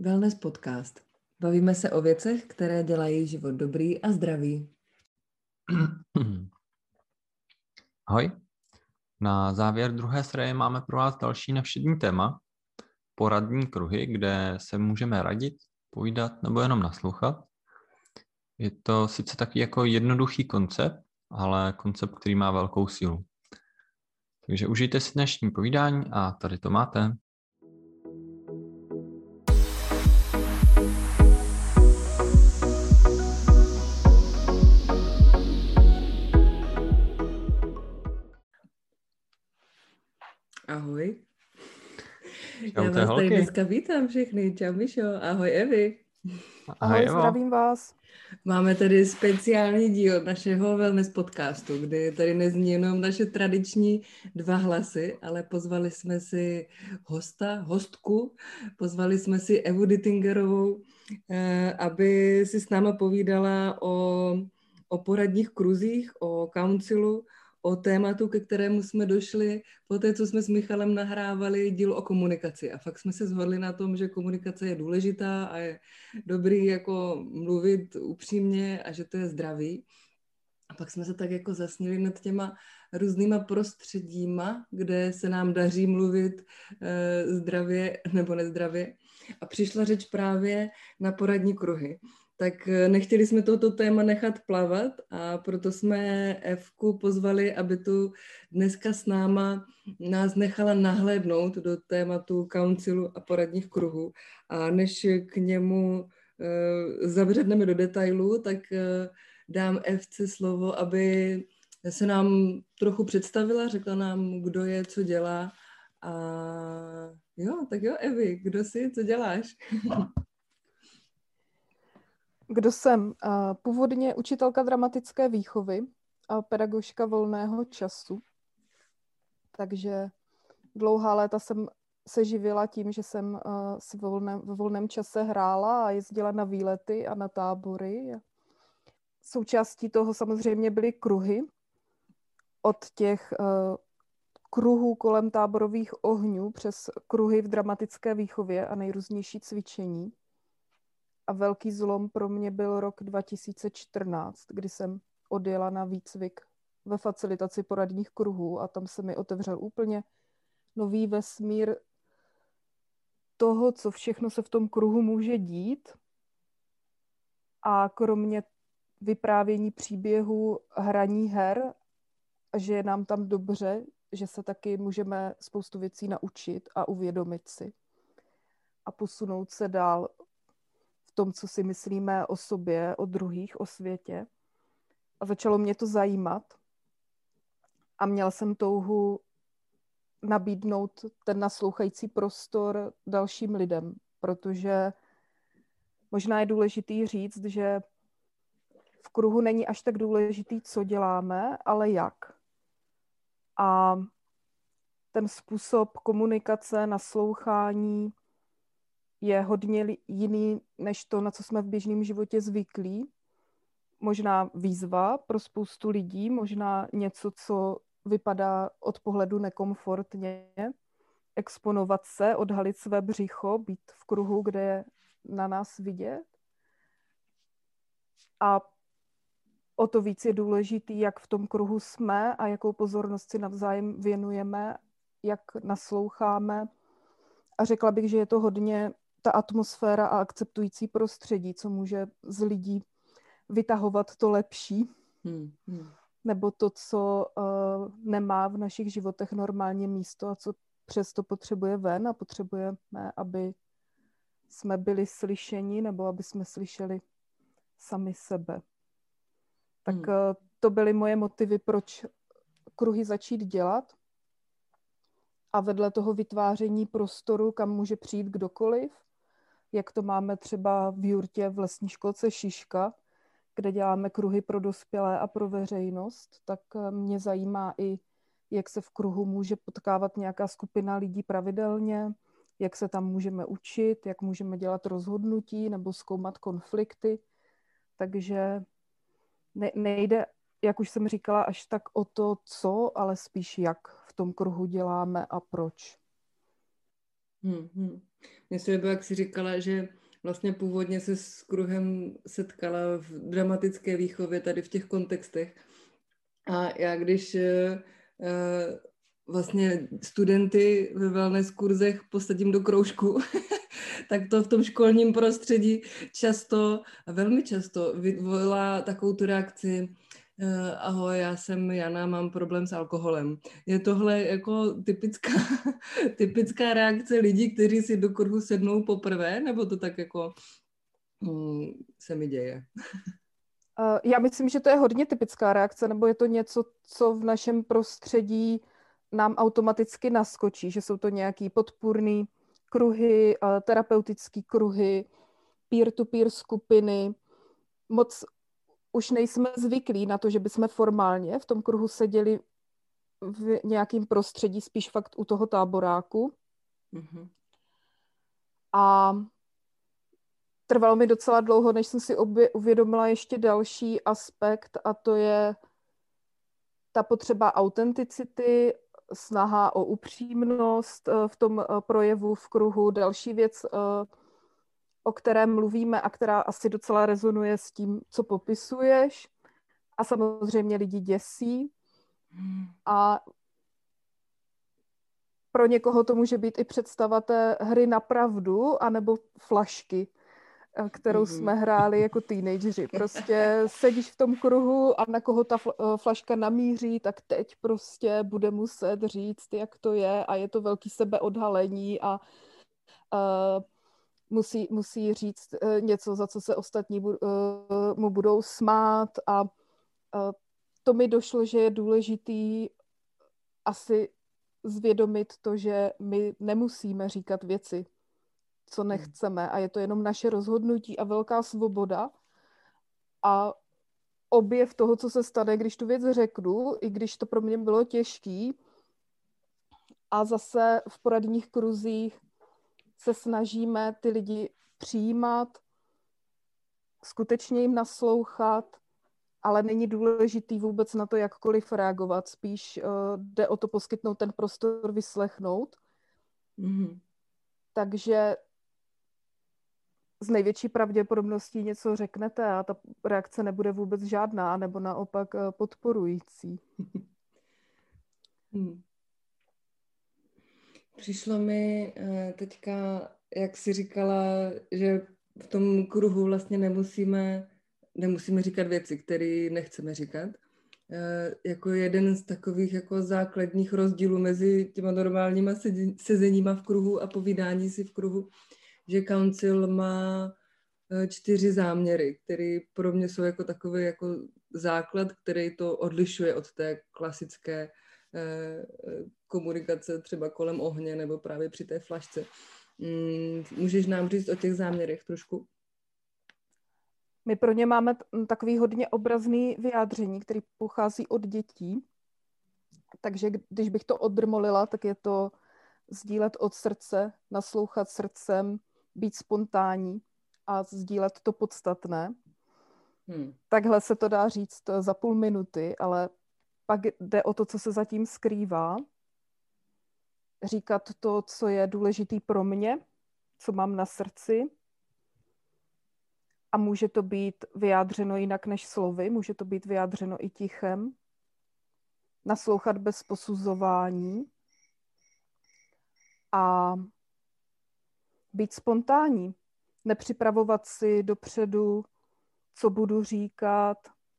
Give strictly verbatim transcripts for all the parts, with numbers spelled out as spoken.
Wellness podcast. Bavíme se o věcech, které dělají život dobrý a zdravý. Ahoj. Na závěr druhé série máme pro vás další nevšední téma. Poradní kruhy, kde se můžeme radit, povídat nebo jenom naslouchat. Je to sice taky jako jednoduchý koncept, ale koncept, který má velkou sílu. Takže užijte si dnešní povídání a tady to máte. Ahoj. Čau, Já vás holky. tady dneska vítám všechny. Čau Mišo, ahoj Evi. Ahoj, Ahoj, zdravím vás. Máme tady speciální díl našeho wellness podcastu, kdy tady nezní jenom naše tradiční dva hlasy, ale pozvali jsme si hosta, hostku, pozvali jsme si Evu Dittingerovou, aby si s náma povídala o, o poradních kruzích, o councilu, o tématu, ke kterému jsme došli po té, co jsme s Michalem nahrávali díl o komunikaci. A fakt jsme se shodli na tom, že komunikace je důležitá a je dobrý jako mluvit upřímně a že to je zdravý. A pak jsme se tak jako zasnili nad těma různýma prostředíma, kde se nám daří mluvit e, zdravě nebo nezdravě. A přišla řeč právě na poradní kruhy. Tak nechtěli jsme toto téma nechat plavat a proto jsme Evku pozvali, aby tu dneska s náma nás nechala nahlédnout do tématu councilu a poradních kruhů. A než k němu e, zabředneme do detailů, tak e, dám Evce slovo, aby se nám trochu představila, řekla nám, kdo je, co dělá. A jo, tak jo, Evi, kdo jsi, co děláš? Kdo jsem? Původně učitelka dramatické výchovy a pedagožka volného času. Takže dlouhá léta jsem se živila tím, že jsem si ve volném, ve volném čase hrála a jezdila na výlety a na tábory. Součástí toho samozřejmě byly kruhy. Od těch kruhů kolem táborových ohňů přes kruhy v dramatické výchově a nejrůznější cvičení. A velký zlom pro mě byl rok dva tisíce čtrnáct, kdy jsem odjela na výcvik ve facilitaci poradních kruhů a tam se mi otevřel úplně nový vesmír toho, co všechno se v tom kruhu může dít. A kromě vyprávění příběhů, hraní her, že je nám tam dobře, že se taky můžeme spoustu věcí naučit a uvědomit si a posunout se dál v tom, co si myslíme o sobě, o druhých, o světě. A začalo mě to zajímat. A měla jsem touhu nabídnout ten naslouchající prostor dalším lidem, protože možná je důležitý říct, že v kruhu není až tak důležitý, co děláme, ale jak. A ten způsob komunikace, naslouchání je hodně jiný než to, na co jsme v běžném životě zvyklí. Možná výzva pro spoustu lidí, možná něco, co vypadá od pohledu nekomfortně. Exponovat se, odhalit své břicho, být v kruhu, kde je na nás vidět. A o to víc je důležitý, jak v tom kruhu jsme a jakou pozornost si navzájem věnujeme, jak nasloucháme. A řekla bych, že je to hodně ta atmosféra a akceptující prostředí, co může z lidí vytahovat to lepší, hmm, hmm. nebo to, co uh, nemá v našich životech normálně místo a co přesto potřebuje ven a potřebujeme, aby jsme byli slyšeni nebo aby jsme slyšeli sami sebe. Tak hmm. uh, to byly moje motivy, proč kruhy začít dělat. A vedle toho vytváření prostoru, kam může přijít kdokoliv, jak to máme třeba v Jurtě v lesní školce Šiška, kde děláme kruhy pro dospělé a pro veřejnost, tak mě zajímá i, jak se v kruhu může potkávat nějaká skupina lidí pravidelně, jak se tam můžeme učit, jak můžeme dělat rozhodnutí nebo zkoumat konflikty. Takže ne, nejde, jak už jsem říkala, až tak o to, co, ale spíš jak v tom kruhu děláme a proč. Hmm, hmm. Mně se líbilo, jak jsi říkala, že vlastně původně se s kruhem setkala v dramatické výchově tady v těch kontextech. A já když uh, vlastně studenty ve wellness kurzech posadím do kroužku, tak to v tom školním prostředí často, a velmi často vyvolá takovou tu reakci: ahoj, já jsem Jana, mám problém s alkoholem. Je tohle jako typická, typická reakce lidí, kteří si do kruhu sednou poprvé, nebo to tak jako hmm, se mi děje? Já myslím, že to je hodně typická reakce, nebo je to něco, co v našem prostředí nám automaticky naskočí, že jsou to nějaký podpůrný kruhy, terapeutický kruhy, peer-to-peer skupiny. Moc už nejsme zvyklí na to, že bychom formálně v tom kruhu seděli v nějakém prostředí, spíš fakt u toho táboráku. Mm-hmm. A trvalo mi docela dlouho, než jsem si obě, uvědomila ještě další aspekt, a to je ta potřeba autenticity, snaha o upřímnost v tom projevu v kruhu. Další věc, o které mluvíme a která asi docela rezonuje s tím, co popisuješ, a samozřejmě lidi děsí. A pro někoho to může být i představa té hry na pravdu, anebo flašky, kterou mm-hmm. jsme hráli jako teenageři. Prostě sedíš v tom kruhu a na koho ta flaška namíří, tak teď prostě bude muset říct, jak to je, a je to velký sebeodhalení a uh, musí, musí říct uh, něco, za co se ostatní bu- uh, mu budou smát, a uh, to mi došlo, že je důležitý asi zvědomit to, že my nemusíme říkat věci, co nechceme, a je to jenom naše rozhodnutí a velká svoboda. A objev toho, co se stane, když tu věc řeknu, i když to pro mě bylo těžký. A zase v poradních kruzích se snažíme ty lidi přijímat, skutečně jim naslouchat, ale není důležitý vůbec na to jakkoliv reagovat. Spíš uh, jde o to poskytnout ten prostor, vyslechnout. Mm-hmm. Takže z největší pravděpodobností něco řeknete a ta reakce nebude vůbec žádná, nebo naopak podporující. Hmm. Přišlo mi teďka, jak jsi říkala, že v tom kruhu vlastně nemusíme, nemusíme říkat věci, které nechceme říkat. Jako jeden z takových jako základních rozdílů mezi těma normálníma sezeníma v kruhu a povídání si v kruhu, že Council má čtyři záměry, které pro mě jsou jako takový jako základ, který to odlišuje od té klasické eh, komunikace třeba kolem ohně nebo právě při té flašce. Mm, můžeš nám říct o těch záměrech trošku? My pro ně máme t- takový hodně obrazný vyjádření, který pochází od dětí. Takže když bych to odrmolila, tak je to sdílet od srdce, naslouchat srdcem, být spontánní a sdílet to podstatné. Hmm. Takhle se to dá říct za půl minuty, ale pak jde o to, co se zatím skrývá. Říkat to, co je důležitý pro mě, co mám na srdci. A může to být vyjádřeno jinak než slovy, může to být vyjádřeno i tichem. Naslouchat bez posuzování. A být spontánní. Nepřipravovat si dopředu, co budu říkat,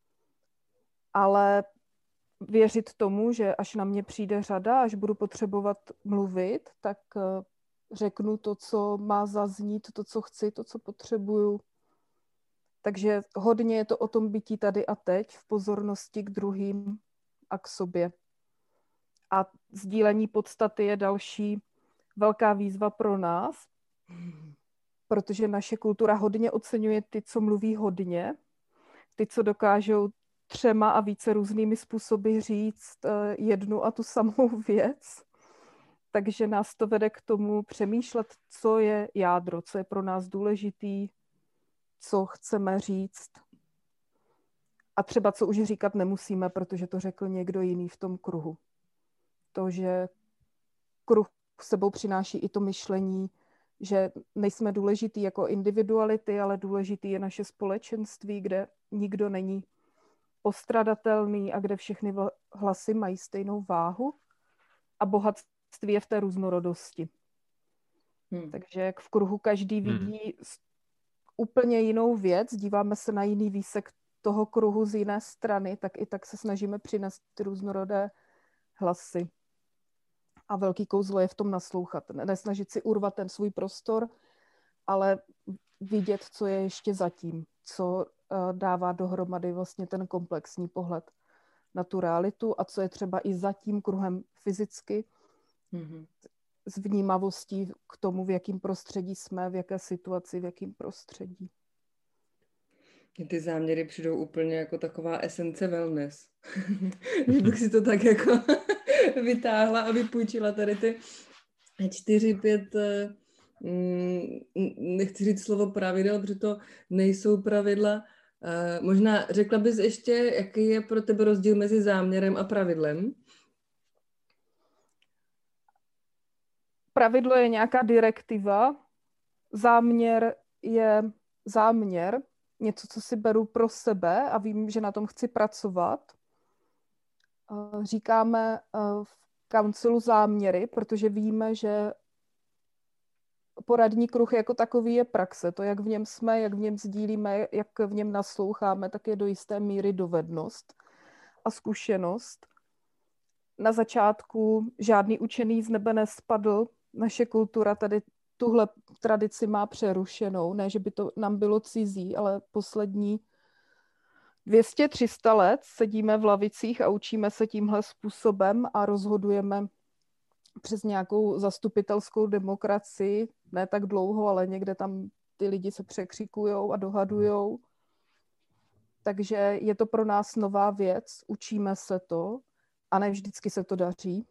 ale věřit tomu, že až na mě přijde řada, až budu potřebovat mluvit, tak řeknu to, co má zaznít, to, co chci, to, co potřebuju. Takže hodně je to o tom bytí tady a teď, v pozornosti k druhým a k sobě. A sdílení podstaty je další velká výzva pro nás, protože naše kultura hodně oceňuje ty, co mluví hodně, ty, co dokážou třema a více různými způsoby říct jednu a tu samou věc. Takže nás to vede k tomu přemýšlet, co je jádro, co je pro nás důležitý, co chceme říct. A třeba co už říkat nemusíme, protože to řekl někdo jiný v tom kruhu. To, že kruh s sebou přináší i to myšlení že nejsme důležitý jako individuality, ale důležitý je naše společenství, kde nikdo není postradatelný a kde všechny hlasy mají stejnou váhu a bohatství je v té různorodosti. Hmm. Takže jak v kruhu každý vidí hmm. úplně jinou věc, díváme se na jiný výsek toho kruhu z jiné strany, tak i tak se snažíme přinést ty různorodé hlasy. A velký kouzlo je v tom naslouchat. Nesnažit si urvat ten svůj prostor, ale vidět, co je ještě zatím, co uh, dává dohromady vlastně ten komplexní pohled na tu realitu a co je třeba i za tím kruhem fyzicky, mm-hmm. s vnímavostí k tomu, v jakém prostředí jsme, v jaké situaci, v jakém prostředí. Ty záměry přijdou úplně jako taková esence wellness. Že bych si to tak jako vytáhla a vypůjčila tady ty čtyři, pět, nechci říct slovo pravidel, protože to nejsou pravidla. Možná řekla bys ještě, jaký je pro tebe rozdíl mezi záměrem a pravidlem? Pravidlo je nějaká direktiva, záměr je záměr, něco, co si beru pro sebe a vím, že na tom chci pracovat. Říkáme v councilu záměry, protože víme, že poradní kruh jako takový je praxe. To, jak v něm jsme, jak v něm sdílíme, jak v něm nasloucháme, tak je do jisté míry dovednost a zkušenost. Na začátku žádný učený z nebe nespadl. Naše kultura tady tuhle tradici má přerušenou. Ne, že by to nám bylo cizí, ale poslední dvě stě tři sta let sedíme v lavicích a učíme se tímhle způsobem a rozhodujeme přes nějakou zastupitelskou demokracii, ne tak dlouho, ale někde tam ty lidi se překřikujou a dohadujou. Takže je to pro nás nová věc, učíme se to a ne vždycky se to daří.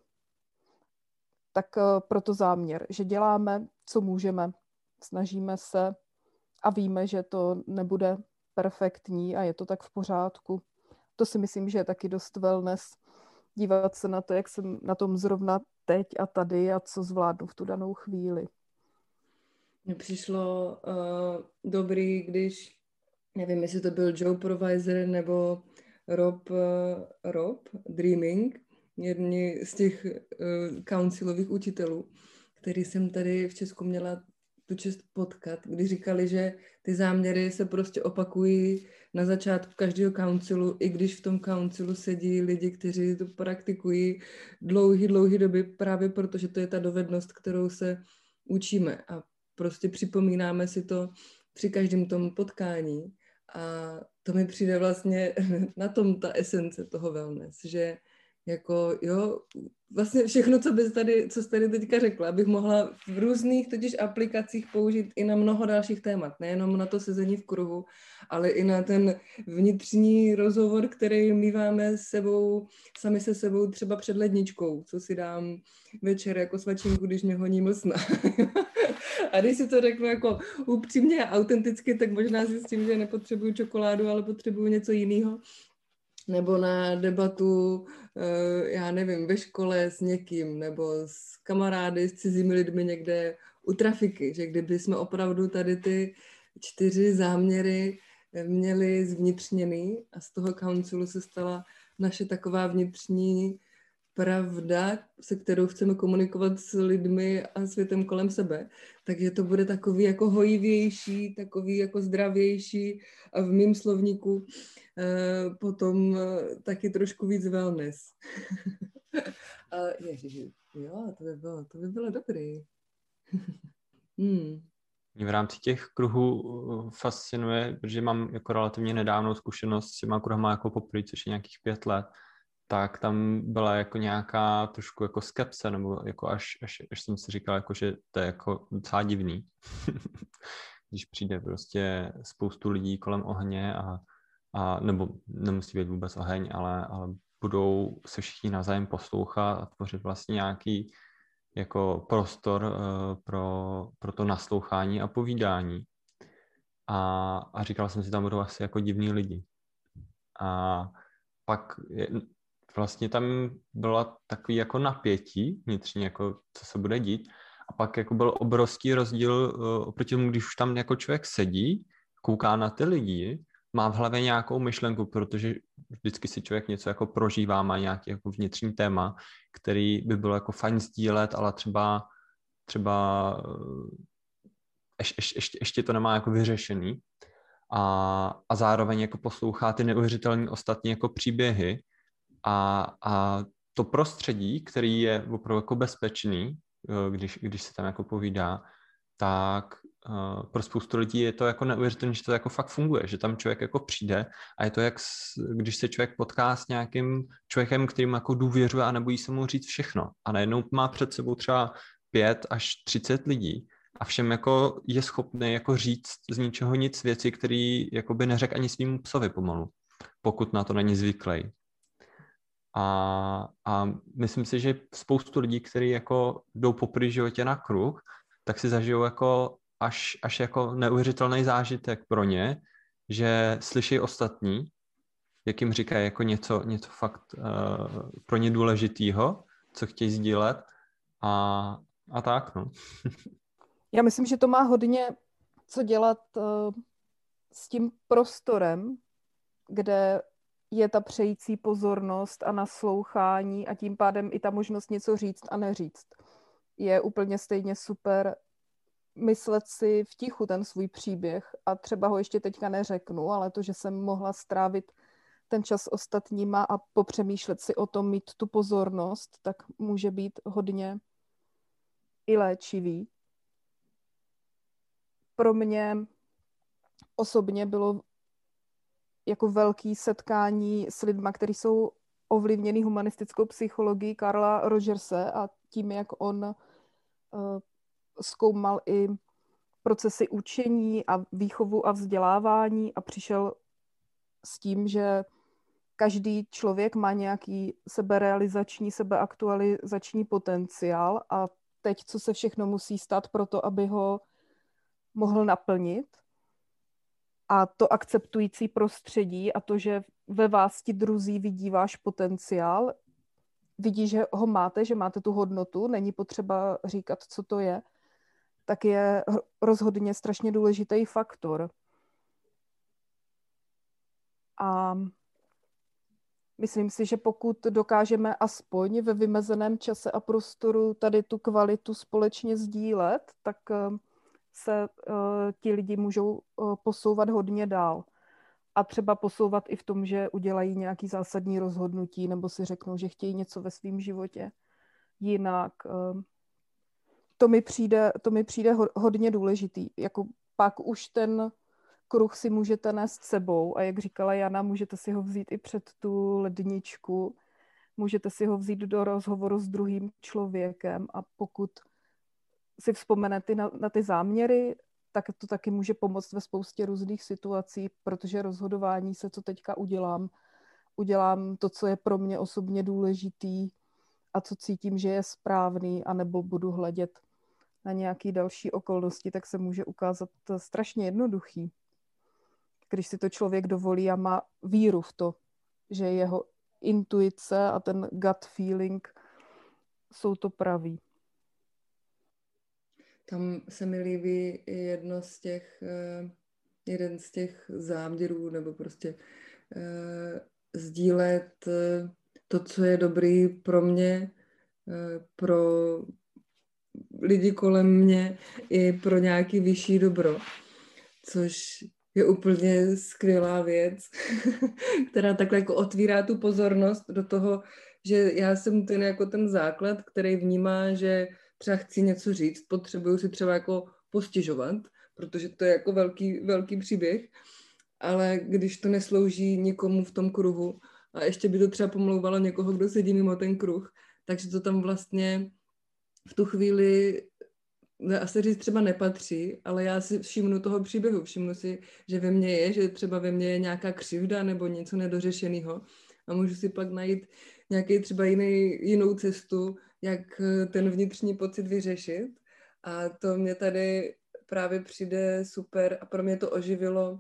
Tak proto záměr, že děláme, co můžeme, snažíme se a víme, že to nebude perfektní a je to tak v pořádku. To si myslím, že je taky dost wellness, dívat se na to, jak jsem na tom zrovna teď a tady a co zvládnu v tu danou chvíli. Mně přišlo uh, dobrý, když, nevím, jestli to byl Joe Provisor nebo Rob, uh, Rob Dreaming, jedni z těch uh, councilových učitelů, který jsem tady v Česku měla tu čest potkat, kdy říkali, že ty záměry se prostě opakují na začátku každého councilu, i když v tom councilu sedí lidi, kteří to praktikují dlouhý, dlouhý doby, právě protože to je ta dovednost, kterou se učíme a prostě připomínáme si to při každém tom potkání a to mi přijde vlastně na tom ta esence toho wellness, že jako jo, vlastně všechno, co bys tady, co jsi tady teďka řekla, abych mohla v různých totiž aplikacích použít i na mnoho dalších témat, nejenom na to sezení v kruhu, ale i na ten vnitřní rozhovor, který míváme s sebou, sami se sebou třeba před ledničkou, co si dám večer jako svačinku, když mě honí mlsna. A když si to řeknu jako upřímně a autenticky, tak možná zjistím, že nepotřebuju čokoládu, ale potřebuju něco jiného. Nebo na debatu, já nevím, ve škole s někým, nebo s kamarády, s cizími lidmi někde u trafiky, že kdyby jsme opravdu tady ty čtyři záměry měli zvnitřněný a z toho councilu se stala naše taková vnitřní pravda, se kterou chceme komunikovat s lidmi a světem kolem sebe. Takže to bude takový jako hojivější, takový jako zdravější a v mým slovníku eh, potom eh, taky trošku víc wellness. A ježiši, jo, to by bylo, to by bylo dobrý. hmm. Mě v rámci těch kruhů fascinuje, protože mám jako relativně nedávnou zkušenost s těma kruhama jako poprvé, což je nějakých pět let, tak tam byla jako nějaká trošku jako skepse, nebo jako až, až, až jsem si říkal, jako, že to je jako docela divný. Když přijde prostě spoustu lidí kolem ohně a, a nebo nemusí být vůbec oheň, ale, ale budou se všichni navzájem poslouchat a tvořit vlastně nějaký jako prostor uh, pro, pro to naslouchání a povídání. A, a říkal jsem si, tam budou asi jako divní lidi. A pak je, vlastně tam byla takový jako napětí vnitřní, jako co se bude dít. A pak jako byl obrovský rozdíl uh, oproti tomu, když už tam jako člověk sedí, kouká na ty lidi, má v hlavě nějakou myšlenku, protože vždycky si člověk něco jako prožívá, má nějaký jako vnitřní téma, který by bylo jako fajn sdílet, ale třeba třeba ještě, ještě, ještě to nemá jako vyřešený a, a zároveň jako poslouchá ty neuvěřitelné ostatní jako příběhy a, a to prostředí, který je opravdu jako bezpečný, když, když se tam jako povídá, tak uh, pro spoustu lidí je to jako neuvěřitelné, že to jako fakt funguje, že tam člověk jako přijde a je to jak, s, když se člověk potká s nějakým člověkem, kterým jako důvěřuje a nebojí se mu říct všechno. A najednou má před sebou třeba pět až třicet lidí a všem jako je schopný jako říct z ničeho nic věci, který jako by neřekl ani svýmu psovi pomalu, pokud na to není zvyklý. A, a myslím si, že spoustu lidí, kteří jako jdou poprvé v životě na kruh, tak si zažijou jako až, až jako neuvěřitelný zážitek pro ně, že slyší ostatní, jak jim říkají jako něco, něco fakt uh, pro ně důležitýho, co chtějí sdílet a, a tak, no. Já myslím, že to má hodně co dělat uh, s tím prostorem, kde je ta přející pozornost a naslouchání a tím pádem i ta možnost něco říct a neříct. Je úplně stejně super myslet si v tichu ten svůj příběh a třeba ho ještě teďka neřeknu, ale to, že jsem mohla strávit ten čas ostatníma a popřemýšlet si o tom, mít tu pozornost, tak může být hodně i léčivý. Pro mě osobně bylo jako velké setkání s lidma, kteří jsou ovlivněný humanistickou psychologií Carla Rogerse a tím, jak on uh, zkoumal i procesy učení a výchovu a vzdělávání a přišel s tím, že každý člověk má nějaký seberealizační, sebeaktualizační potenciál a teď, co se všechno musí stát pro to, aby ho mohl naplnit. A to akceptující prostředí a to, že ve vás ti druzí vidí váš potenciál, vidí, že ho máte, že máte tu hodnotu, není potřeba říkat, co to je, tak je rozhodně strašně důležitý faktor. A myslím si, že pokud dokážeme aspoň ve vymezeném čase a prostoru tady tu kvalitu společně sdílet, tak se uh, ti lidi můžou uh, posouvat hodně dál. A třeba posouvat i v tom, že udělají nějaký zásadní rozhodnutí nebo si řeknou, že chtějí něco ve svém životě jinak. Uh, to mi přijde, to mi přijde ho, hodně důležitý. Jako pak už ten kruh si můžete nést sebou a jak říkala Jana, můžete si ho vzít i před tu ledničku, můžete si ho vzít do rozhovoru s druhým člověkem a pokud si vzpomenete na, na ty záměry, tak to taky může pomoct ve spoustě různých situací, protože rozhodování se, co teďka udělám, udělám to, co je pro mě osobně důležitý a co cítím, že je správný, anebo budu hledět na nějaké další okolnosti, tak se může ukázat strašně jednoduchý. Když si to člověk dovolí a má víru v to, že jeho intuice a ten gut feeling jsou to praví. Tam se mi líbí jedno z těch, jeden z těch záměrů, nebo prostě uh, sdílet to, co je dobrý pro mě, uh, pro lidi kolem mě i pro nějaký vyšší dobro, což je úplně skvělá věc, která takhle jako otvírá tu pozornost do toho, že já jsem ten jako ten základ, který vnímá, že třeba chci něco říct, potřebuju si třeba jako postižovat, protože to je jako velký, velký příběh, ale když to neslouží nikomu v tom kruhu a ještě by to třeba pomlouvalo někoho, kdo sedí mimo ten kruh, takže to tam vlastně v tu chvíli asi říct třeba nepatří, ale já si všimnu toho příběhu, všimnu si, že ve mně je, že třeba ve mně je nějaká křivda nebo něco nedořešeného a můžu si pak najít nějaký třeba jiný, jinou cestu, jak ten vnitřní pocit vyřešit. A to mě tady právě přijde super a pro mě to oživilo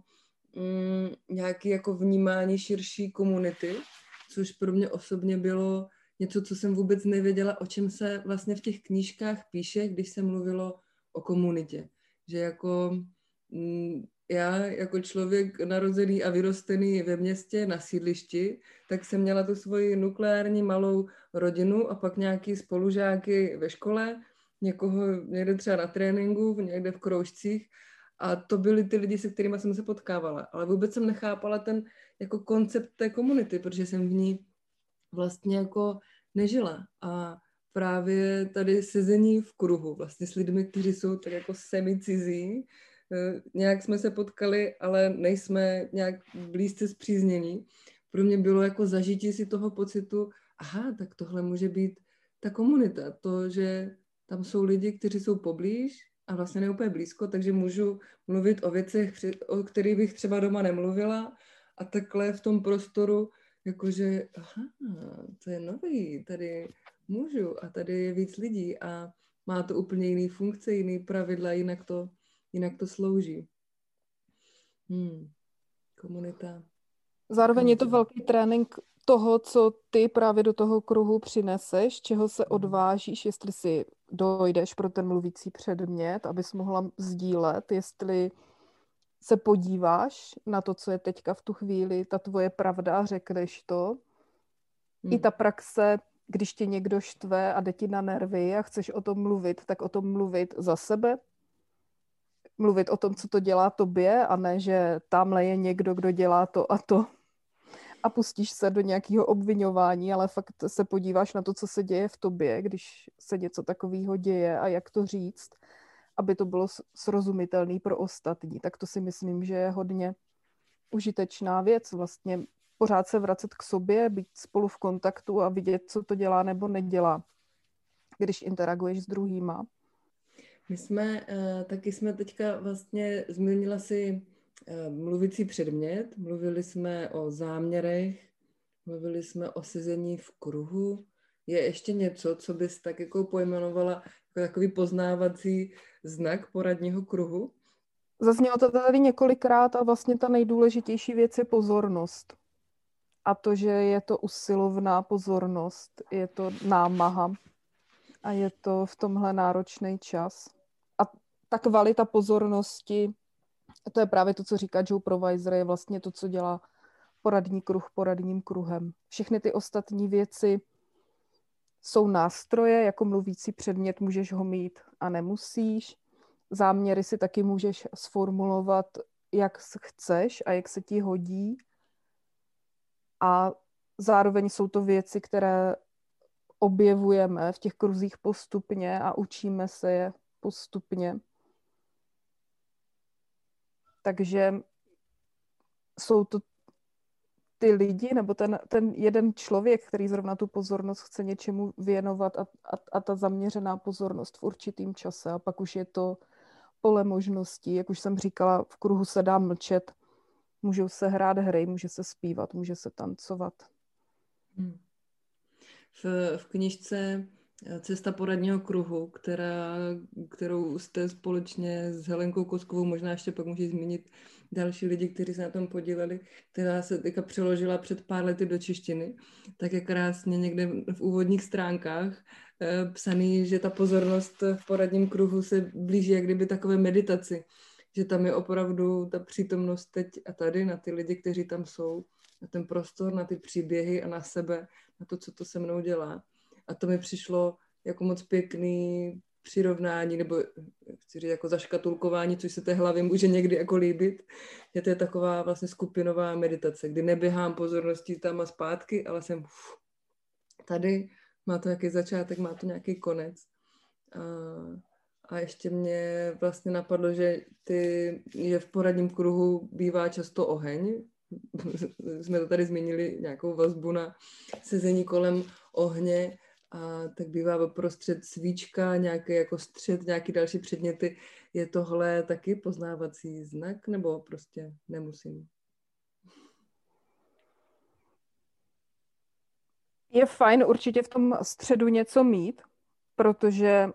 mm, nějaké jako vnímání širší komunity, což pro mě osobně bylo něco, co jsem vůbec nevěděla, o čem se vlastně v těch knížkách píše, když se mluvilo o komunitě. Že jako mm, já jako člověk narozený a vyrostený ve městě na sídlišti, tak jsem měla tu svoji nukleární malou rodinu a pak nějaký spolužáky ve škole, někoho někde třeba na tréninku, někde v kroužcích a to byli ty lidi, se kterými jsem se potkávala. Ale vůbec jsem nechápala ten jako koncept té komunity, protože jsem v ní vlastně jako nežila. A právě tady sezení v kruhu, vlastně s lidmi, kteří jsou tak jako semicizí, nějak jsme se potkali, ale nejsme nějak blízce spříznění. Pro mě bylo jako zažití si toho pocitu, aha, tak tohle může být ta komunita, to, že tam jsou lidi, kteří jsou poblíž a vlastně ne úplně blízko, takže můžu mluvit o věcech, o kterých bych třeba doma nemluvila a takhle v tom prostoru, jakože, aha, to je nový, tady můžu a tady je víc lidí a má to úplně jiný funkce, jiný pravidla, jinak to, jinak to slouží. Hmm. Komunita. Zároveň je to velký trénink toho, co ty právě do toho kruhu přineseš, čeho se odvážíš, jestli si dojdeš pro ten mluvící předmět, abys mohla sdílet, jestli se podíváš na to, co je teďka v tu chvíli, ta tvoje pravda a řekneš to. Hmm. I ta praxe, když tě někdo štve a jde ti na nervy a chceš o tom mluvit, tak o tom mluvit za sebe. Mluvit o tom, co to dělá tobě a ne, že tamhle je někdo, kdo dělá to a to. A pustíš se do nějakého obviňování, ale fakt se podíváš na to, co se děje v tobě, když se něco takového děje a jak to říct, aby to bylo srozumitelné pro ostatní. Tak to si myslím, že je hodně užitečná věc. Vlastně pořád se vracet k sobě, být spolu v kontaktu a vidět, co to dělá nebo nedělá, když interaguješ s druhýma. My jsme, taky jsme teďka vlastně změnila si mluvící předmět, mluvili jsme o záměrech, mluvili jsme o sezení v kruhu. Je ještě něco, co bys tak jako pojmenovala jako takový poznávací znak poradního kruhu? Zaznělo to tady několikrát a vlastně ta nejdůležitější věc je pozornost. A to, že je to usilovná pozornost, je to námaha a je to v tomhle náročný čas. A ta kvalita pozornosti, to je právě to, co říká Joe Proviser, je vlastně to, co dělá poradní kruh poradním kruhem. Všechny ty ostatní věci jsou nástroje, jako mluvící předmět můžeš ho mít a nemusíš. Záměry si taky můžeš sformulovat, jak chceš a jak se ti hodí. A zároveň jsou to věci, které objevujeme v těch kruzích postupně a učíme se je postupně. Takže jsou to ty lidi, nebo ten, ten jeden člověk, který zrovna tu pozornost chce něčemu věnovat a, a, a ta zaměřená pozornost v určitým čase. A pak už je to pole možností. Jak už jsem říkala, v kruhu se dá mlčet, můžou se hrát hry, může se zpívat, může se tancovat. Hmm. V, v knižce Cesta poradního kruhu, která, kterou jste společně s Helenkou Koskovou, možná ještě pak můžeš zmínit další lidi, kteří se na tom podíleli, která se teďka přeložila před pár lety do češtiny, tak je krásně někde v úvodních stránkách eh, psaný, že ta pozornost v poradním kruhu se blíží jak kdyby takové meditaci, že tam je opravdu ta přítomnost teď a tady na ty lidi, kteří tam jsou, na ten prostor, na ty příběhy a na sebe, na to, co to se mnou dělá. A to mi přišlo jako moc pěkný přirovnání, nebo chci říct jako zaškatulkování, což se té hlavě může někdy jako líbit, že to je taková vlastně skupinová meditace, kdy neběhám pozorností tam a zpátky, ale jsem uf, tady, má to nějaký začátek, má to nějaký konec. A, a ještě mě vlastně napadlo, že, ty, že v poradním kruhu bývá často oheň. Jsme to tady zmínili, nějakou vazbu na sezení kolem ohně, a tak bývá prostřed svíčka, nějaký jako střed, nějaký další předměty. Je tohle taky poznávací znak, nebo prostě nemusím? Je fajn určitě v tom středu něco mít, protože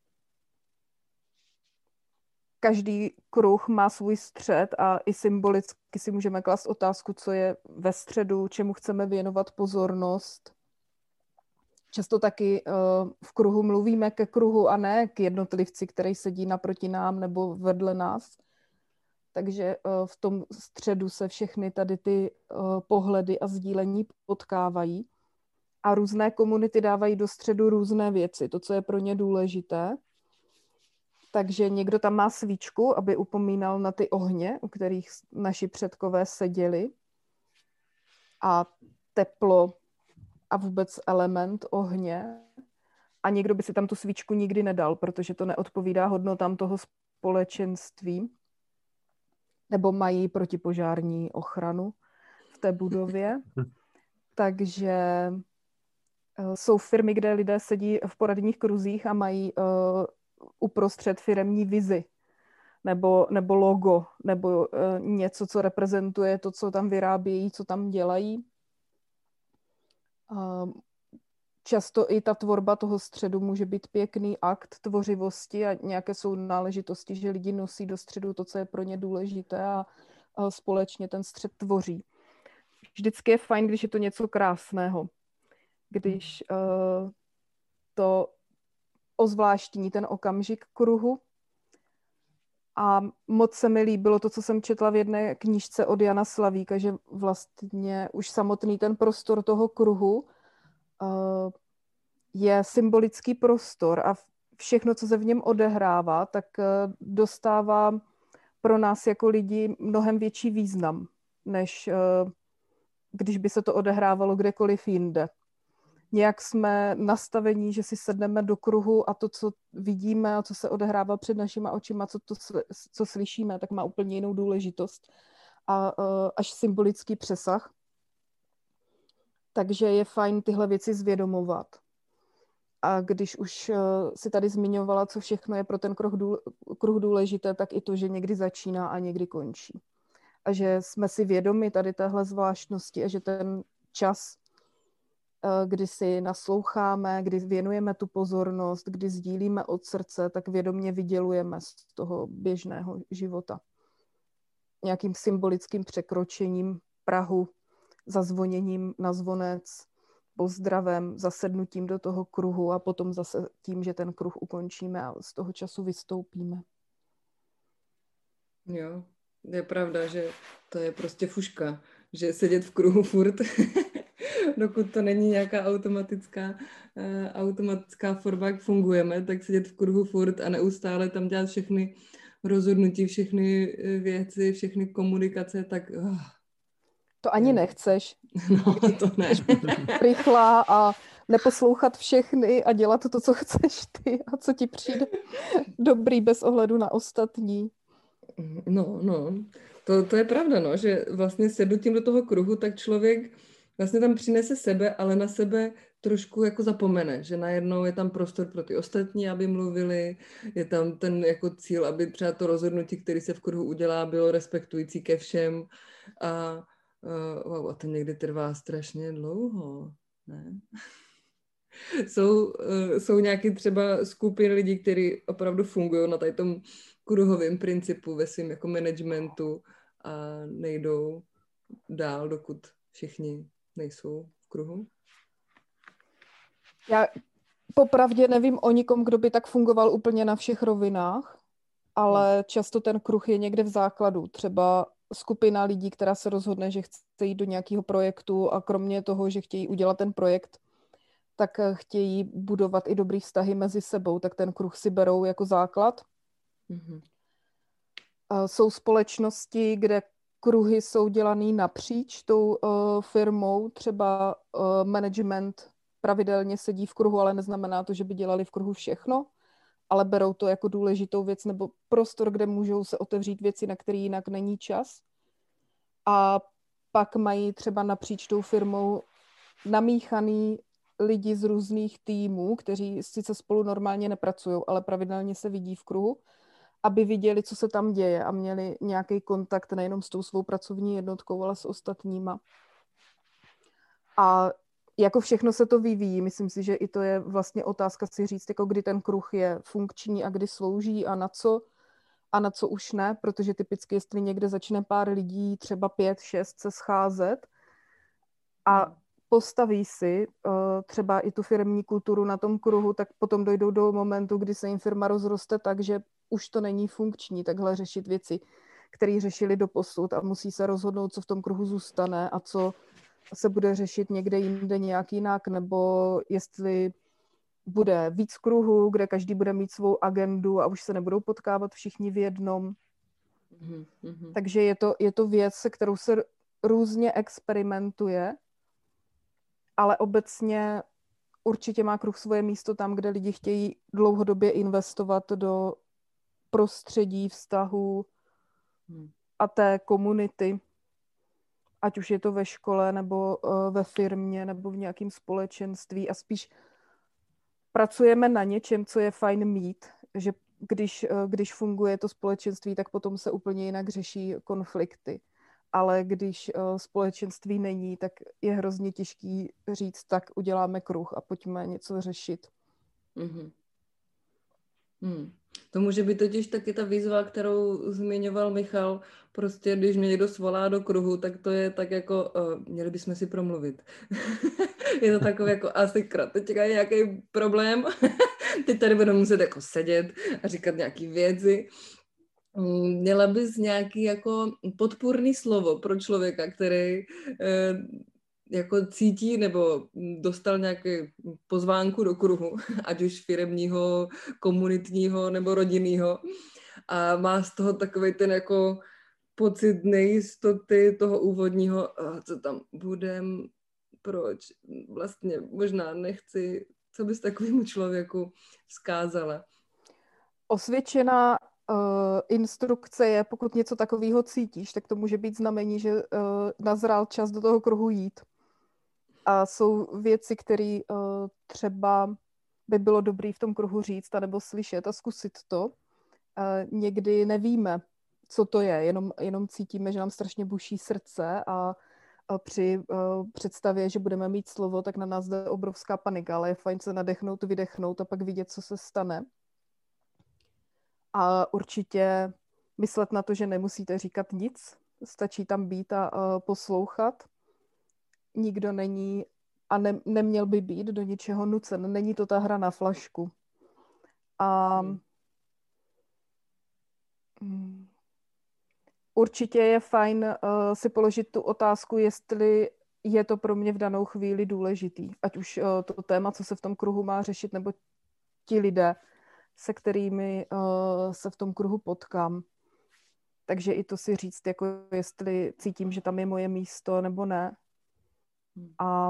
každý kruh má svůj střed a i symbolicky si můžeme klást otázku, co je ve středu, čemu chceme věnovat pozornost. často taky uh, v kruhu mluvíme ke kruhu a ne k jednotlivci, který sedí naproti nám nebo vedle nás. Takže uh, v tom středu se všechny tady ty uh, pohledy a sdílení potkávají. A různé komunity dávají do středu různé věci, to, co je pro ně důležité. Takže někdo tam má svíčku, aby upomínal na ty ohně, u kterých naši předkové seděli. A teplo a vůbec element ohně. A někdo by si tam tu svíčku nikdy nedal, protože to neodpovídá hodnotám toho společenství. Nebo mají protipožární ochranu v té budově. Takže jsou firmy, kde lidé sedí v poradních kruzích a mají uh, uprostřed firemní vizi nebo, nebo logo, nebo uh, něco, co reprezentuje to, co tam vyrábějí, co tam dělají. Uh, často i ta tvorba toho středu může být pěkný akt tvořivosti a nějaké jsou náležitosti, že lidi nosí do středu to, co je pro ně důležité a, a společně ten střed tvoří. Vždycky je fajn, když je to něco krásného. Když uh, to ozvláštní ten okamžik kruhu. A moc se mi líbilo to, co jsem četla v jedné knížce od Jana Slavíka, že vlastně už samotný ten prostor toho kruhu uh, je symbolický prostor a všechno, co se v něm odehrává, tak uh, dostává pro nás jako lidi mnohem větší význam, než uh, když by se to odehrávalo kdekoliv jinde. Nějak jsme nastavení, že si sedneme do kruhu a to, co vidíme a co se odehrává před našima očima, co, to, co slyšíme, tak má úplně jinou důležitost a uh, až symbolický přesah. Takže je fajn tyhle věci zvědomovat. A když už uh, si tady zmiňovala, co všechno je pro ten kruh, důle, kruh důležité, tak i to, že někdy začíná a někdy končí. A že jsme si vědomi tady téhle zvláštnosti a že ten čas, kdy si nasloucháme, kdy věnujeme tu pozornost, kdy sdílíme od srdce, tak vědomě vydělujeme z toho běžného života. Nějakým symbolickým překročením prahu, zazvoněním na zvonec, pozdravem, zasednutím do toho kruhu a potom zase tím, že ten kruh ukončíme a z toho času vystoupíme. Jo, je pravda, že to je prostě fuška, že sedět v kruhu furt, dokud to není nějaká automatická, uh, automatická forma, jak fungujeme, tak sedět v kruhu furt a neustále tam dělat všechny rozhodnutí, všechny věci, všechny komunikace, tak... Uh, to ani nechceš. No, to ne. Rychlá a neposlouchat všechny a dělat to, co chceš ty a co ti přijde dobrý bez ohledu na ostatní. No, no, to, to je pravda, no, že vlastně sednutím do toho kruhu, tak člověk vlastně tam přinese sebe, ale na sebe trošku jako zapomene, že najednou je tam prostor pro ty ostatní, aby mluvili, je tam ten jako cíl, aby třeba to rozhodnutí, který se v kruhu udělá, bylo respektující ke všem a, uh, wow, a to někdy trvá strašně dlouho, ne? jsou, uh, jsou nějaké třeba skupiny lidí, kteří opravdu fungují na tady tom kruhovém principu ve svém jako managementu a nejdou dál, dokud všichni nejsou v kruhu? Já popravdě nevím o nikom, kdo by tak fungoval úplně na všech rovinách, ale hmm. často ten kruh je někde v základu. Třeba skupina lidí, která se rozhodne, že chce jít do nějakého projektu a kromě toho, že chtějí udělat ten projekt, tak chtějí budovat i dobrý vztahy mezi sebou, tak ten kruh si berou jako základ. Hmm. Jsou společnosti, kde kruhy jsou dělaný napříč tou uh, firmou, třeba uh, management pravidelně sedí v kruhu, ale neznamená to, že by dělali v kruhu všechno, ale berou to jako důležitou věc nebo prostor, kde můžou se otevřít věci, na které jinak není čas. A pak mají třeba napříč tou firmou namíchaný lidi z různých týmů, kteří sice spolu normálně nepracují, ale pravidelně se vidí v kruhu, aby viděli, co se tam děje a měli nějaký kontakt nejenom s tou svou pracovní jednotkou, ale s ostatníma. A jako všechno se to vyvíjí. Myslím si, že i to je vlastně otázka si říct, jako kdy ten kruh je funkční a kdy slouží a na co a na co už ne, protože typicky, jestli někde začne pár lidí, třeba pět, šest se scházet a postaví si uh, třeba i tu firemní kulturu na tom kruhu, tak potom dojdou do momentu, kdy se jim firma rozroste tak, že už to není funkční takhle řešit věci, které řešili doposud a musí se rozhodnout, co v tom kruhu zůstane a co se bude řešit někde jinde nějak jinak, nebo jestli bude víc kruhů, kde každý bude mít svou agendu a už se nebudou potkávat všichni v jednom. Mm-hmm. Takže je to, je to věc, se kterou se různě experimentuje, ale obecně určitě má kruh svoje místo tam, kde lidi chtějí dlouhodobě investovat do prostředí, vztahů a té komunity. Ať už je to ve škole, nebo uh, ve firmě, nebo v nějakém společenství a spíš pracujeme na něčem, co je fajn mít, že když, uh, když funguje to společenství, tak potom se úplně jinak řeší konflikty. Ale když uh, společenství není, tak je hrozně těžký říct, tak uděláme kruh a pojďme něco řešit. Mm-hmm. Hmm. To může být totiž taky ta výzva, kterou zmiňoval Michal, prostě když mě někdo svolá do kruhu, tak to je tak jako, uh, měli bychom si promluvit. Je to takové jako asi krát, teď je nějaký problém, teď tady budeme muset jako sedět a říkat nějaký věci. Měla bys nějaký jako podpůrný slovo pro člověka, který uh, jako cítí nebo dostal nějaké pozvánku do kruhu, ať už firemního, komunitního nebo rodinného a má z toho takovej ten jako pocit nejistoty toho úvodního, co tam budem, proč, vlastně možná nechci, co bys takovému člověku vzkázala? Osvědčená uh, instrukce je, pokud něco takového cítíš, tak to může být znamení, že uh, nazrál čas do toho kruhu jít. A jsou věci, které uh, třeba by bylo dobré v tom kruhu říct, anebo slyšet a zkusit to. Uh, někdy nevíme, co to je, jenom, jenom cítíme, že nám strašně buší srdce a, a při uh, představě, že budeme mít slovo, tak na nás jde obrovská panika, ale je fajn se nadechnout, vydechnout a pak vidět, co se stane. A určitě myslet na to, že nemusíte říkat nic, stačí tam být a uh, poslouchat. Nikdo není a ne, neměl by být do ničeho nucen. Není to ta hra na flašku. A hmm. určitě je fajn uh, si položit tu otázku, jestli je to pro mě v danou chvíli důležitý. Ať už uh, to téma, co se v tom kruhu má řešit, nebo ti lidé, se kterými uh, se v tom kruhu potkám. Takže i to si říct, jako jestli cítím, že tam je moje místo, nebo ne. A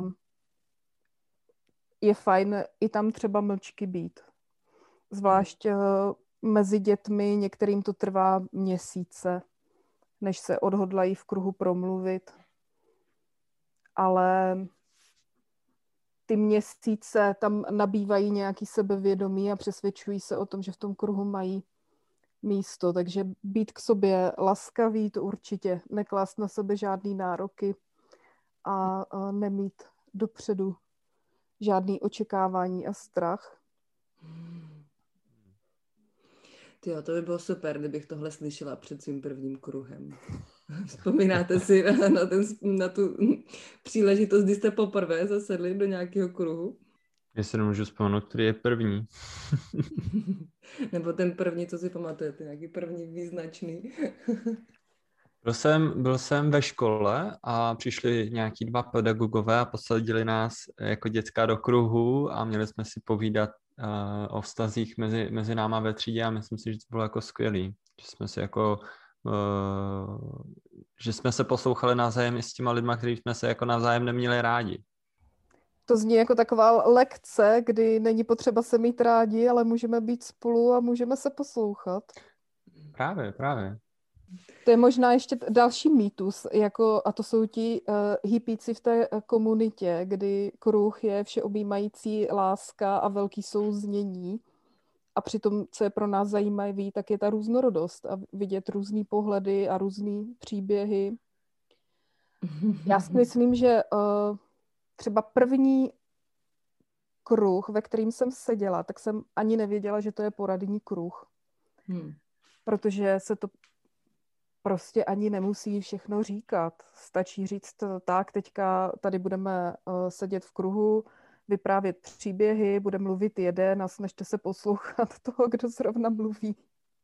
je fajn i tam třeba mlčky být. Zvlášť uh, mezi dětmi, některým to trvá měsíce, než se odhodlají v kruhu promluvit. Ale ty měsíce tam nabývají nějaký sebevědomí a přesvědčují se o tom, že v tom kruhu mají místo. Takže být k sobě laskavý, to určitě, neklást na sebe žádný nároky a, a nemít dopředu žádný očekávání a strach. Tyjo, to by bylo super, kdybych tohle slyšela před svým prvním kruhem. Vzpomínáte si na, na, ten, na tu příležitost, kdy jste poprvé zasedli do nějakého kruhu? Já si nemůžu vzpomenout, který je první. Nebo ten první, co si pamatujete, nějaký první význačný. Byl jsem, byl jsem ve škole a přišli nějaký dva pedagogové a posadili nás jako děcka do kruhu a měli jsme si povídat uh, o vztazích mezi, mezi náma ve třídě a myslím si, že to bylo jako skvělý. Že jsme si jako uh, že jsme se poslouchali navzájem i s těma lidma, kterých jsme se jako navzájem neměli rádi. To zní jako taková lekce, kdy není potřeba se mít rádi, ale můžeme být spolu a můžeme se poslouchat. Právě, právě. To je možná ještě další mýtus, jako, a to jsou ti uh, hippíci v té komunitě, kdy kruh je všeobjímající láska a velký souznění. A přitom, co je pro nás zajímavé, tak je ta různorodost a vidět různý pohledy a různý příběhy. Já si myslím, že uh, třeba první kruh, ve kterým jsem seděla, tak jsem ani nevěděla, že to je poradní kruh. Hmm. Protože se to prostě ani nemusí všechno říkat. Stačí říct tak, teďka tady budeme uh, sedět v kruhu, vyprávět příběhy, bude mluvit jeden a snažte se poslouchat toho, kdo zrovna mluví.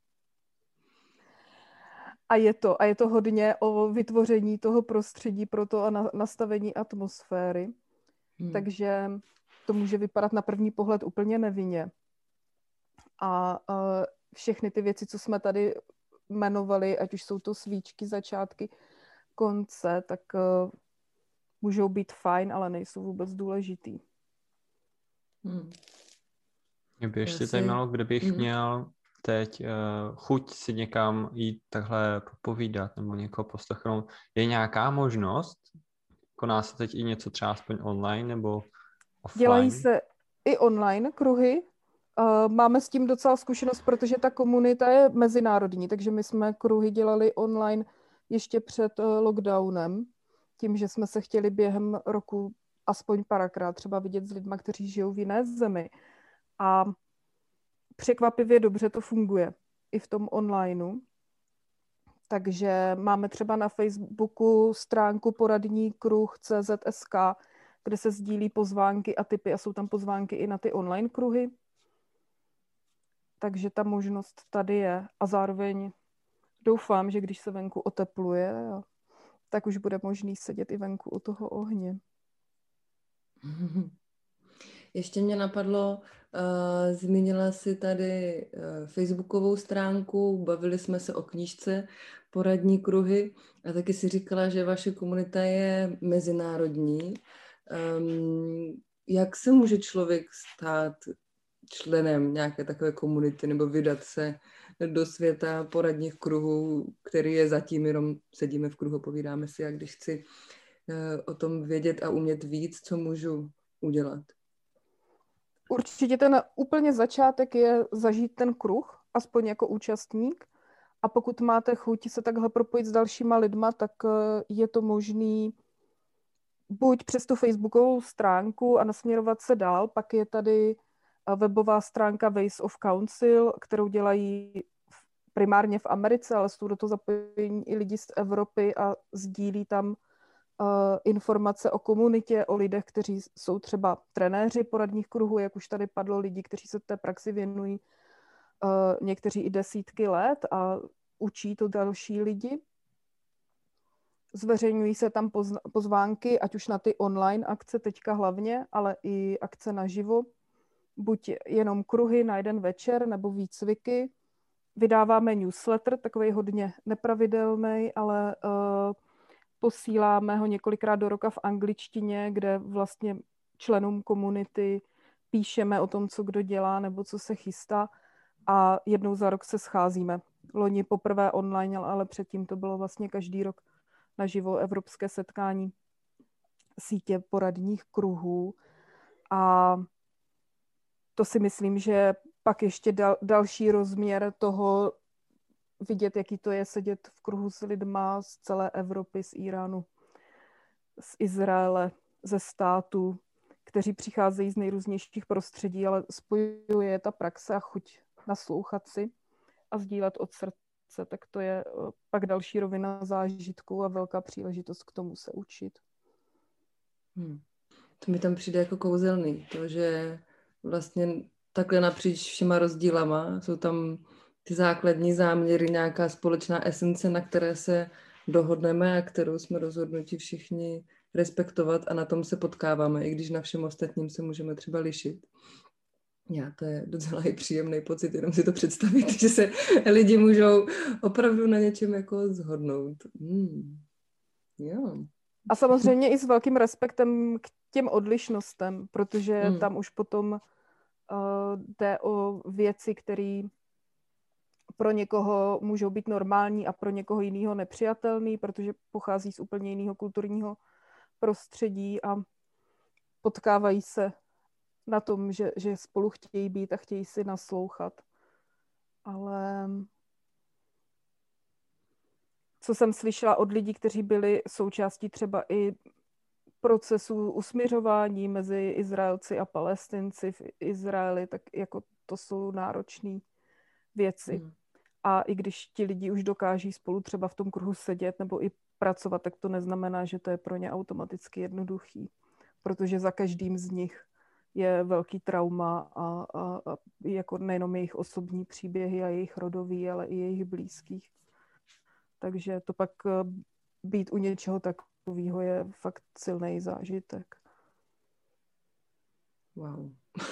A je to, a je to hodně o vytvoření toho prostředí pro to a na, nastavení atmosféry. Hmm. Takže to může vypadat na první pohled úplně nevinně. A uh, všechny ty věci, co jsme tady jmenovali, ať už jsou to svíčky, začátky, konce, tak uh, můžou být fajn, ale nejsou vůbec důležitý. Hmm. Mě by ještě Asi... zajímalo, kdybych hmm. měl teď uh, chuť si někam jít takhle popovídat nebo někoho poslechnout. Je nějaká možnost? Koná se teď i něco třeba aspoň online nebo offline? Dělají se i online kruhy. Uh, máme s tím docela zkušenost, protože ta komunita je mezinárodní, takže my jsme kruhy dělali online ještě před uh, lockdownem, tím, že jsme se chtěli během roku aspoň párkrát třeba vidět s lidma, kteří žijou v jiné zemi. A překvapivě dobře to funguje i v tom onlineu. Takže máme třeba na Facebooku stránku poradní kruh C Z S K, kde se sdílí pozvánky a tipy a jsou tam pozvánky i na ty online kruhy. Takže ta možnost tady je a zároveň doufám, že když se venku otepluje, tak už bude možný sedět i venku u toho ohně. Ještě mě napadlo, uh, zmínila si tady uh, facebookovou stránku, bavili jsme se o knížce Poradní kruhy a taky si říkala, že vaše komunita je mezinárodní. Um, jak se může člověk stát členem nějaké takové komunity nebo vydat se do světa poradních kruhů, který je zatím jenom sedíme v kruhu, povídáme si, a když chci uh, o tom vědět a umět víc, co můžu udělat? Určitě ten úplně začátek je zažít ten kruh, aspoň jako účastník. A pokud máte chuť se takhle propojit s dalšíma lidma, tak je to možný buď přes tu facebookovou stránku a nasměrovat se dál, pak je tady webová stránka Ways of Council, kterou dělají primárně v Americe, ale jsou do toho zapojení i lidi z Evropy a sdílí tam Uh, informace o komunitě, o lidech, kteří jsou třeba trenéři poradních kruhů, jak už tady padlo, lidi, kteří se té praxi věnují uh, někteří i desítky let a učí to další lidi. Zveřejňují se tam pozna- pozvánky, ať už na ty online akce teďka hlavně, ale i akce naživo. Buď jenom kruhy na jeden večer, nebo výcviky. Vydáváme newsletter, takový hodně nepravidelný, ale uh, posíláme ho několikrát do roka v angličtině, kde vlastně členům komunity píšeme o tom, co kdo dělá nebo co se chystá a jednou za rok se scházíme. Loni poprvé online, ale předtím to bylo vlastně každý rok naživo evropské setkání sítě poradních kruhů a to si myslím, že pak ještě dal, další rozměr toho vidět, jaký to je sedět v kruhu s lidma z celé Evropy, z Iránu, z Izraele, ze států, kteří přicházejí z nejrůznějších prostředí, ale spojuje ta praxe a chuť naslouchat si a sdílet od srdce, tak to je pak další rovina zážitků a velká příležitost k tomu se učit. Hmm. To mi tam přijde jako kouzelný, to, že vlastně takhle napříč všema rozdílama jsou tam ty základní záměry, nějaká společná esence, na které se dohodneme a kterou jsme rozhodnuti všichni respektovat a na tom se potkáváme, i když na všem ostatním se můžeme třeba lišit. Já, to je docela i příjemný pocit, jenom si to představit, že se lidi můžou opravdu na něčem jako shodnout. Hmm. Jo. A samozřejmě i s velkým respektem k těm odlišnostem, protože hmm. tam už potom uh, jde o věci, které pro někoho můžou být normální a pro někoho jiného nepřijatelný, protože pochází z úplně jiného kulturního prostředí a potkávají se na tom, že, že spolu chtějí být a chtějí si naslouchat. Ale co jsem slyšela od lidí, kteří byli součástí třeba i procesu usmiřování mezi Izraelci a Palestinci v Izraeli, tak jako to jsou náročné věci. Hmm. A i když ti lidi už dokáží spolu třeba v tom kruhu sedět nebo i pracovat, tak to neznamená, že to je pro ně automaticky jednoduchý. Protože za každým z nich je velký trauma a, a, a jako nejenom jejich osobní příběhy a jejich rodový, ale i jejich blízkých. Takže to pak být u něčeho takového je fakt silný zážitek. Wow.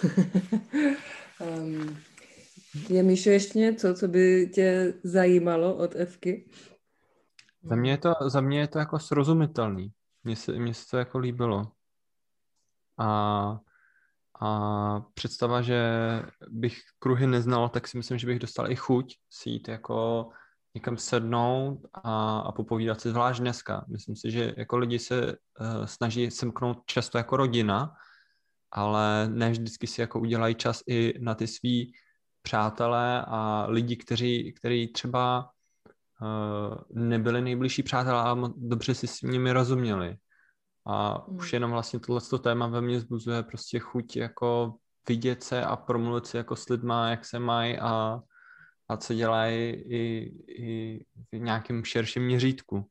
um, je, Míšo, ještě něco, co by tě zajímalo od Evky? Za mě je to, za mě je to jako srozumitelný. Mně se, mně se to jako líbilo. A, a představa, že bych kruhy neznal, tak si myslím, že bych dostal i chuť si jít jako někam sednout a, a popovídat si, zvlášť dneska. Myslím si, že jako lidi se uh, snaží semknout často jako rodina, ale ne vždycky si jako udělají čas i na ty svý přátelé a lidi, kteří, kteří třeba uh, nebyli nejbližší přátelé, ale dobře si s nimi rozuměli. A hmm. už jenom vlastně tohleto téma ve mně vzbuzuje prostě chuť jako vidět se a promluvit si jako s lidma, jak se mají a, a co dělají i, i v nějakém širším měřítku.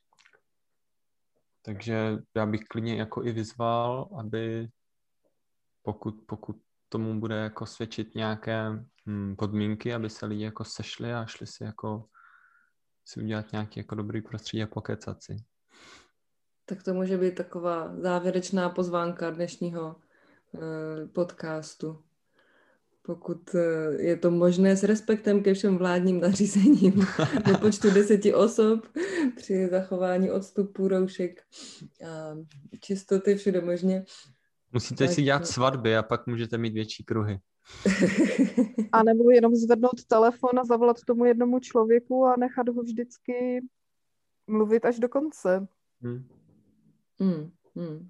Takže já bych klidně jako i vyzval, aby pokud, pokud tomu bude jako svědčit nějaké hm, podmínky, aby se lidi jako sešli a šli si jako si udělat nějaký jako dobrý prostředí a pokecat si. Tak to může být taková závěrečná pozvánka dnešního eh, podcastu. Pokud eh, je to možné, s respektem ke všem vládním nařízením do počtu deseti osob při zachování odstupu, roušek a čistoty všude možně. Musíte tak si dělat svatby a pak můžete mít větší kruhy. A nebo jenom zvednout telefon a zavolat tomu jednomu člověku a nechat ho vždycky mluvit až do konce. Hmm. Hmm, hmm.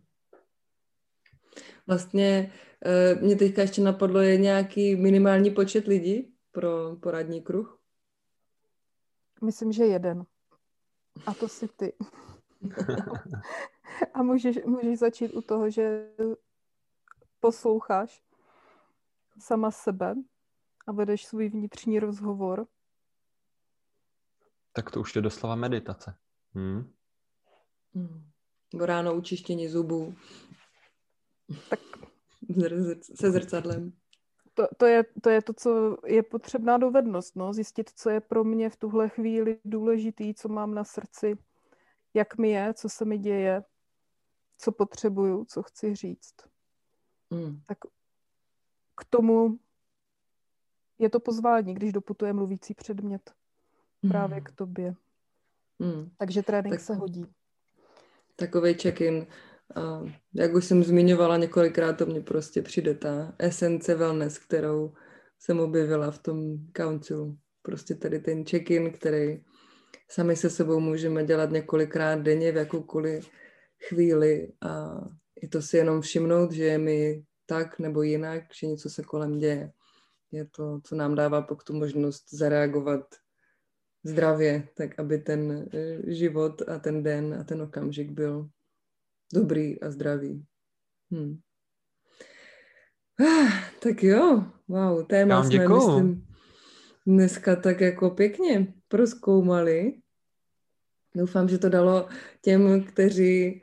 Vlastně uh, mě teďka ještě napadlo, je nějaký minimální počet lidí pro poradní kruh? Myslím, že jeden. A to jsi ty. A můžeš, můžeš začít u toho, že posloucháš sama sebe a vedeš svůj vnitřní rozhovor. Tak to už je doslova meditace. Hmm. Hmm. Ráno učištění zubů. Tak se zrcadlem. To, to, je, to je to, co je potřebná dovednost, no? Zjistit, co je pro mě v tuhle chvíli důležitý, co mám na srdci, jak mi je, co se mi děje, co potřebuju, co chci říct. Mm. Tak k tomu je to pozvání, když doputuje mluvící předmět právě mm. k tobě. Mm. Takže trénink tak, se hodí. Takovej check-in. Uh, jak už jsem zmiňovala několikrát, to mě prostě přijde ta esence wellness, kterou jsem objevila v tom councilu. Prostě tady ten check-in, který sami se sebou můžeme dělat několikrát denně v jakoukoliv chvíli a je to si jenom všimnout, že je mi tak nebo jinak, že něco se kolem děje. Je to, co nám dává pak tu možnost zareagovat zdravě, tak aby ten život a ten den a ten okamžik byl dobrý a zdravý. Hm. Ah, tak jo, wow, téma jsme, děkuju. myslím, dneska tak jako pěkně prozkoumali. Doufám, že to dalo těm, kteří,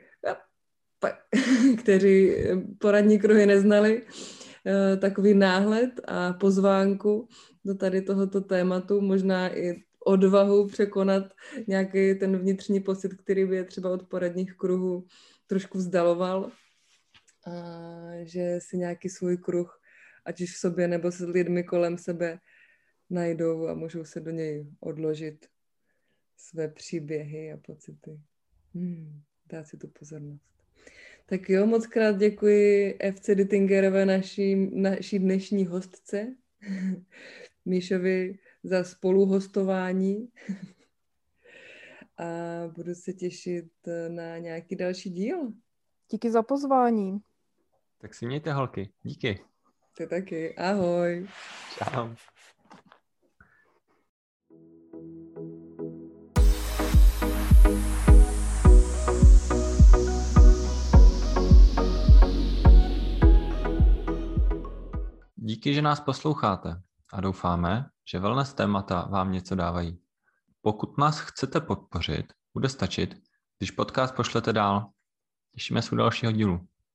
kteří poradní kruhy neznali, takový náhled a pozvánku do tady tohoto tématu, možná i odvahu překonat nějaký ten vnitřní pocit, který by je třeba od poradních kruhů trošku vzdaloval, a že si nějaký svůj kruh, ať už v sobě nebo s lidmi kolem sebe, najdou a můžou se do něj odložit své příběhy a pocity. Hmm, dát si tu pozornost. Tak jo, moc krát děkuji Evce Dittingerové, naší, naší dnešní hostce, Míšovi za spoluhostování a budu se těšit na nějaký další díl. Díky za pozvání. Tak si mějte, holky. Díky. Ty taky. Ahoj. Čau. Díky, že nás posloucháte a doufáme, že wellness témata vám něco dávají. Pokud nás chcete podpořit, bude stačit, když podcast pošlete dál. Těšíme se u dalšího dílu.